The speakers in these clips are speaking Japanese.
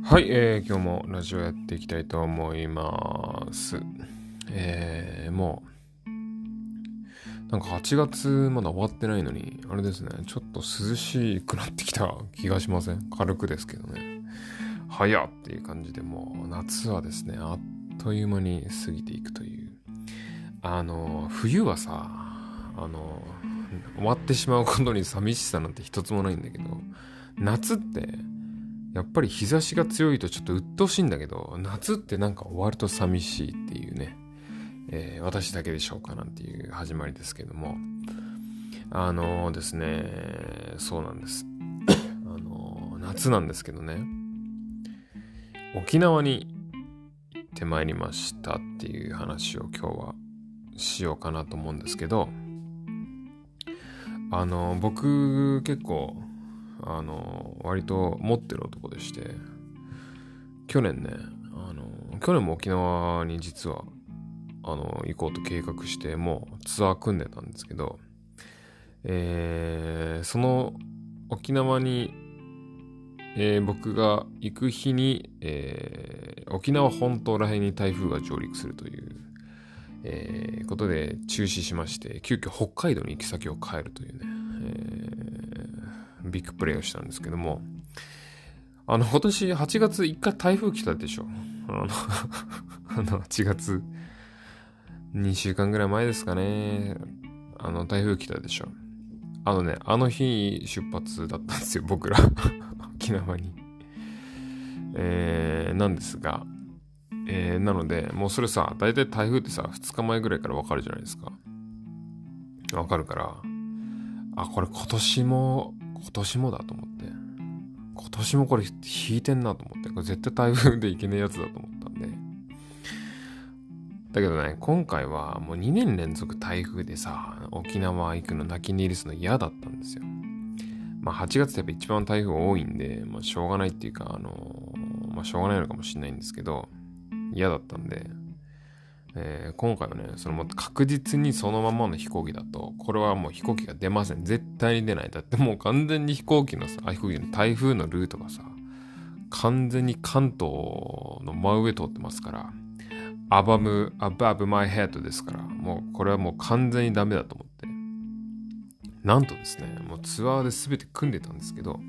はい、今日もラジオやっていきたいと思います。もうなんか8月まだ終わってないのにあれですね、ちょっと涼しくなってきた気がしません？軽くですけどね。早っっていう感じで、もう夏はですね、あっという間に過ぎていくという。冬はさ、終わってしまうことに寂しさなんて一つもないんだけど、夏ってやっぱり日差しが強いとちょっと鬱陶しいんだけど、夏ってなんか終わると寂しいっていうね、私だけでしょうかなんていう始まりですけども、ですね、そうなんです。夏なんですけどね、沖縄に行ってまいりましたっていう話を今日はしようかなと思うんですけど、僕結構割と持ってる男でして、去年も沖縄に実は行こうと計画してもうツアー組んでたんですけど、その沖縄に、僕が行く日に、沖縄本島ら辺に台風が上陸するという、ことで中止しまして、急遽北海道に行き先を変えるというね、ビッグプレイをしたんですけども、今年8月一回台風来たでしょ。8月2週間ぐらい前ですかね。台風来たでしょ。あの日出発だったんですよ、僕ら。沖縄に。なんですが、なので、もうそれさ、大体台風ってさ、2日前ぐらいからわかるじゃないですか。わかるから、これ今年もだと思って。今年もこれ引いてんなと思って、これ絶対台風でいけねえやつだと思ったんで。だけどね、今回はもう2年連続台風でさ、沖縄行くの泣き寝入りするの嫌だったんですよ。まあ8月ってやっぱ一番台風多いんで、まあしょうがないっていうか、しょうがないのかもしれないんですけど、嫌だったんで、今回はね、そのもう確実にそのままの飛行機だと、これはもう飛行機が出ません。絶対に出ない。だってもう完全に飛行機の台風のルートがさ、完全に関東の真上通ってますから、above my head ですから、もうこれはもう完全にダメだと思って。なんとですね、もうツアーで全て組んでたんですけど、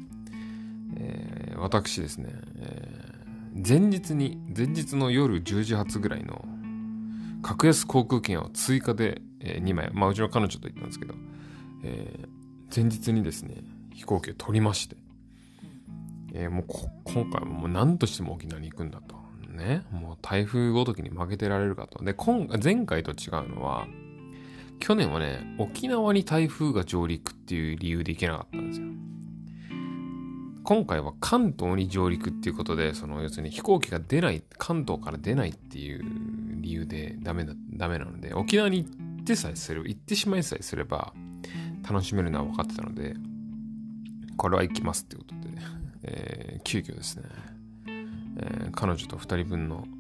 私ですね、前日の夜10時発ぐらいの格安航空券を追加で、2枚、うちの彼女と行ったんですけど、前日にですね、飛行機を取りまして、もう今回はもう何としても沖縄に行くんだと。ね、もう台風ごときに負けてられるかと。で、前回と違うのは、去年はね、沖縄に台風が上陸っていう理由で行けなかったんですよ。今回は関東に上陸っていうことで、要するに飛行機が関東から出ないっていう理由でダメなので、沖縄に行ってしまいさえすれば楽しめるのは分かってたので、これは行きますっていうことで、急遽ですね、彼女と2人分の、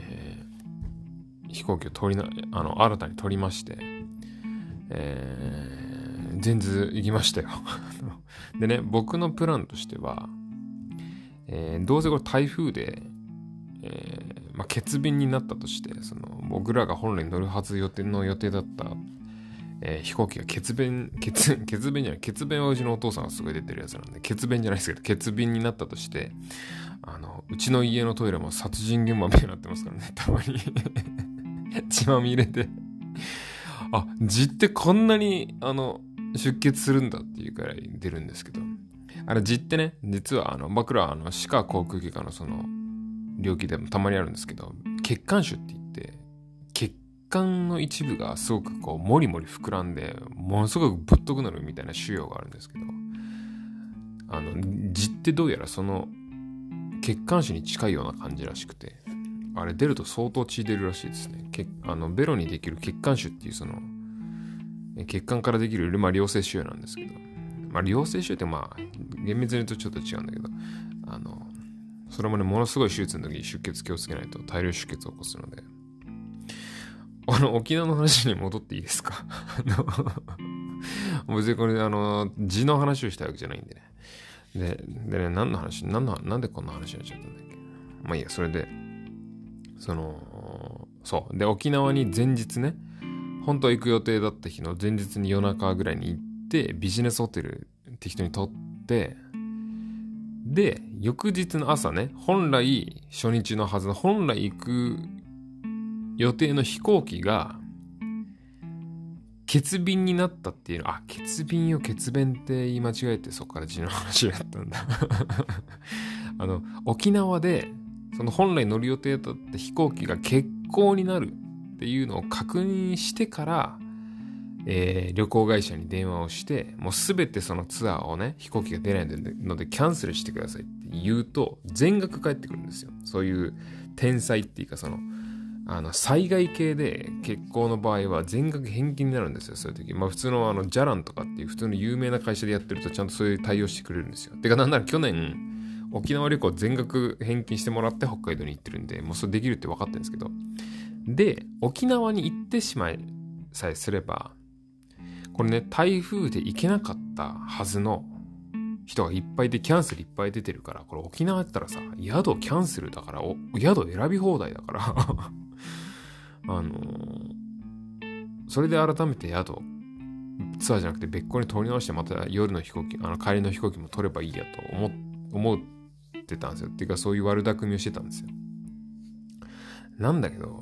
飛行機を新たに取りまして、前日行きましたよ。でね、僕のプランとしては、どうせこれ台風で、欠便になったとして、僕らが本来乗るはず予定だった、飛行機が欠便はうちのお父さんがすごい出てるやつなんで、欠便じゃないですけど、欠便になったとして、うちの家のトイレも殺人現場みたいになってますからね、たまに。血まみれで。痔ってこんなに、出血するんだっていうくらい出るんですけど、痔ってね、実は僕ら歯科航空機科の領域でもたまにあるんですけど、血管腫って言って、血管の一部がすごくこうもりもり膨らんで、ものすごくぶっとくなるみたいな腫瘍があるんですけど、痔ってどうやら血管腫に近いような感じらしくて、あれ出ると相当血出るらしいですね。ベロにできる血管腫っていう血管からできる、良性腫瘍なんですけど、良性腫瘍って厳密に言うとちょっと違うんだけど、それもね、ものすごい手術の時に出血気をつけないと大量出血を起こすので、沖縄の話に戻っていいですか？別にこれ痔の話をしたいわけじゃないんでね。でね、なんでこんな話になっちゃったんだっけ。 まあいいや、それで、で、沖縄に前日ね、本当は行く予定だった日の前日に夜中ぐらいに行って、ビジネスホテル適当に取って、で、翌日の朝ね、本来初日のはずの、本来行く予定の飛行機が、欠便になったっていうの、欠便を欠便って言い間違えて、そこから字の話だったんだ。沖縄で、その本来乗る予定だった飛行機が欠航になるっていうのを確認してから、旅行会社に電話をして、もうすべてそのツアーをね、飛行機が出ないのでキャンセルしてくださいって言うと、全額返ってくるんですよ。そういう天災っていうか、災害系で欠航の場合は全額返金になるんですよ、そういう時。普通のジャランとかっていう普通の有名な会社でやってるとちゃんとそういう対応してくれるんですよ。てかなんなら去年、沖縄旅行全額返金してもらって北海道に行ってるんで、もうそれできるって分かってるんですけど。で、沖縄に行ってしまいさえすれば、これね、台風で行けなかったはずの人がいっぱいで、キャンセルいっぱい出てるから、これ沖縄やったらさ、宿キャンセルだから、宿選び放題だからそれで改めて宿、ツアーじゃなくて別個に取り直して、また夜の飛行機、帰りの飛行機も取ればいいやと思ってたんですよ。っていうか、そういう悪巧みをしてたんですよ。なんだけど、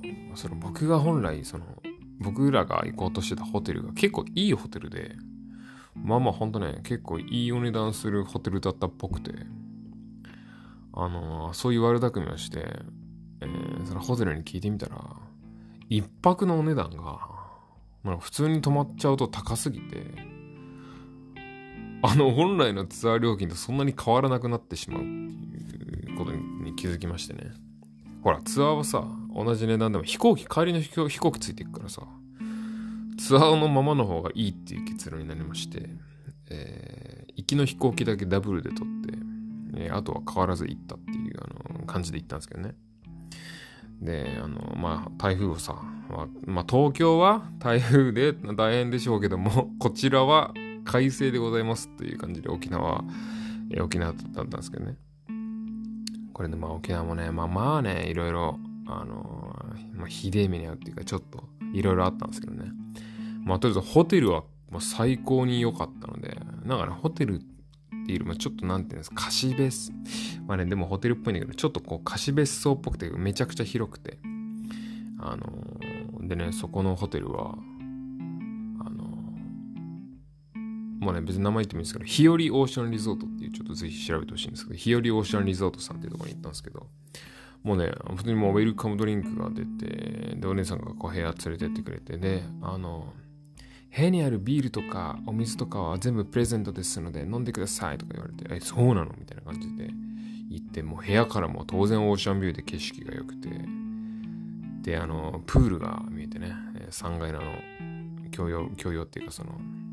僕らが行こうとしてたホテルが結構いいホテルで、ほんとね、結構いいお値段するホテルだったっぽくて、そういう悪巧みをして、そのホテルに聞いてみたら、一泊のお値段が、普通に泊まっちゃうと高すぎて、本来のツアー料金とそんなに変わらなくなってしまうっていうことに気づきましてね。ほら、ツアーはさ、同じ値段でも帰りの飛行機ついていくからさ、ツアーのままの方がいいっていう結論になりまして、行きの飛行機だけダブルで取って、あとは変わらず行ったっていう感じで行ったんですけどね。で、台風をさ、東京は台風で大変でしょうけども、こちらは快晴でございますっていう感じで沖縄だったんですけどね。これね、沖縄もね、ね、いろいろ、ひでえ目に遭うっていうか、ちょっといろいろあったんですけどね。とりあえずホテルは最高に良かったので、なんかね、ホテルっていうよりもちょっとなんていうんですか、貸別。でもホテルっぽいんだけど、ちょっと貸別荘っぽくてめちゃくちゃ広くて。でね、そこのホテルは、もうね、別に名前言ってもいいんですけど、日和オーシャンリゾートっていう、ちょっとぜひ調べてほしいんですけど、日和オーシャンリゾートさんっていうところに行ったんですけど、もうね、普通にもうウェルカムドリンクが出て、で、お姉さんが部屋連れてってくれて、で、部屋にあるビールとかお水とかは全部プレゼントですので飲んでくださいとか言われて、そうなのみたいな感じで行って、もう部屋からも当然オーシャンビューで景色が良くて、で、プールが見えてね、3階の共用っていうか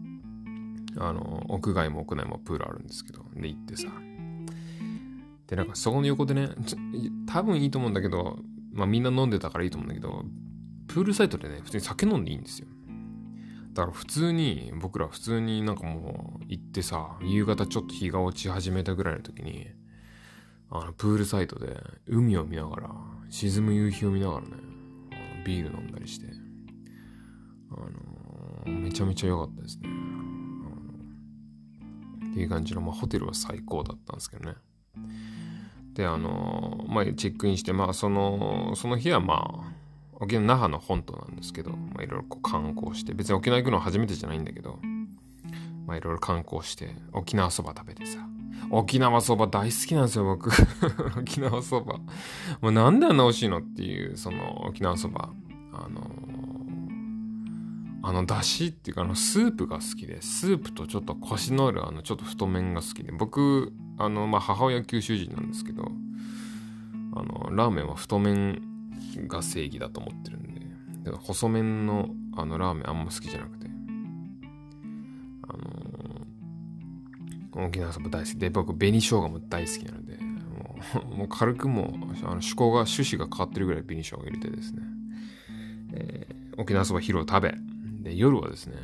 屋外も屋内もプールあるんですけど、で行ってさ、でなんかそこの横でね、多分いいと思うんだけど、みんな飲んでたからいいと思うんだけど、プールサイトでね、普通に酒飲んでいいんですよ。だから僕ら普通になんかもう行ってさ、夕方ちょっと日が落ち始めたぐらいの時に、プールサイトで海を見ながら、沈む夕日を見ながらね、ビール飲んだりして、めちゃめちゃ良かったですね。っていう感じの、ホテルは最高だったんですけどね。で、チェックインして、その日は沖縄那覇の本島なんですけど、いろいろ観光して、別に沖縄行くのは初めてじゃないんだけど、いろいろ観光して、沖縄そば食べてさ、沖縄そば大好きなんですよ、僕。沖縄そば。もうなんであんな美味しいのっていう、沖縄そば。だしっていうか、スープが好きで、スープとちょっとコシのある、ちょっと太麺が好きで、僕、母親九州人なんですけど、ラーメンは太麺が正義だと思ってるんで、細麺のラーメンあんま好きじゃなくて、沖縄そば大好きで、僕紅生姜も大好きなので、もう軽くも趣旨が変わってるぐらい紅生姜入れてですね、沖縄そば昼を食べ、で夜はですね、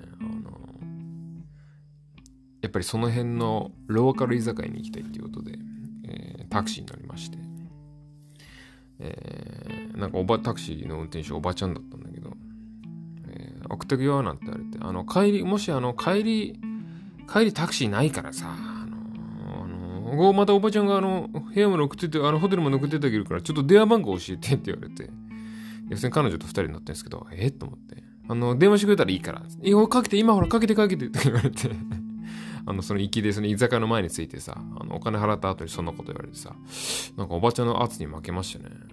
やっぱりその辺のローカル居酒屋に行きたいっていうことで、タクシーに乗りまして、 なんかタクシーの運転手おばちゃんだったんだけど、送ってくよなんて言われて、帰りタクシーないからさ、またおばちゃんが部屋まで送ってて、ホテルまで送ってってあげるから、ちょっと電話番号教えてって言われて、普通に彼女と二人になってるんですけど、と思って、電話してくれたらいいから、今ほらかけてって言われて、その行きで、その居酒屋の前についてさ、お金払った後にそんなこと言われてさ、なんかおばちゃんの圧に負けましたね。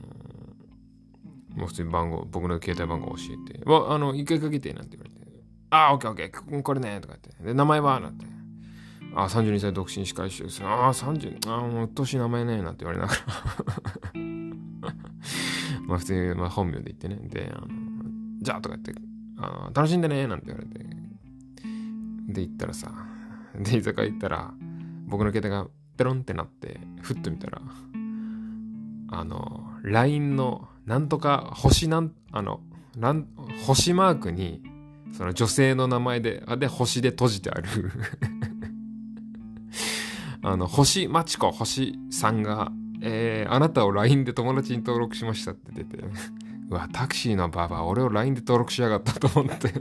もう普通に僕の携帯番号教えて、一回かけて、なんて言われて、オッケー、これね、とか言って、で、名前はなんて、32歳独身司会者です。もううっとうしい名前ね、なんて言われながら普通に、本名で言ってね、で、じゃあとか言って、楽しんでね、なんて言われて、で、行ったらさ、で、居酒屋行ったら、僕の携帯がペロンってなって、ふっと見たら、LINE の、なんとか、星マークに、その女性の名前で、星で閉じてあるまちこ星さんが、あなたを LINE で友達に登録しましたって出て、うわ、タクシーのババア、俺を LINE で登録しやがったと思って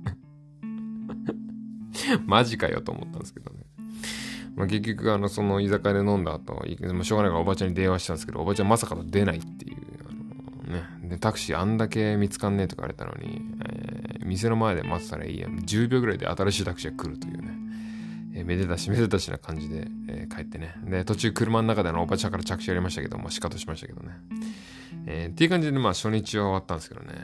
マジかよと思ったんですけどね。結局、その居酒屋で飲んだ後、しょうがないからおばちゃんに電話したんですけど、おばちゃんまさかの出ないっていう、で、タクシーあんだけ見つかんねえとか言われたのに、店の前で待ってたらいいや、10秒ぐらいで新しいタクシーが来るというね、めでたしな感じで、帰ってね。で、途中車の中でおばちゃんから着信やりましたけども、仕方しましたけどね。っていう感じで、初日は終わったんですけどね。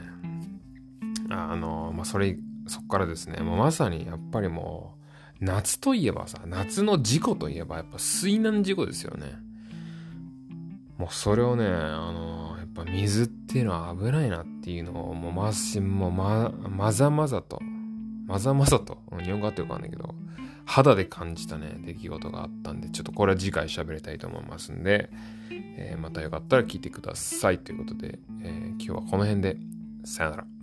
そっからですね、もうまさにやっぱりもう、夏といえばさ、夏の事故といえばやっぱ水難事故ですよね。もうそれをね、やっぱ水っていうのは危ないなっていうのをもうまざまざと、日本語あってるかわかんないけど、肌で感じたね、出来事があったんで、ちょっとこれは次回喋りたいと思いますんで、またよかったら聞いてくださいということで、今日はこの辺で、さよなら。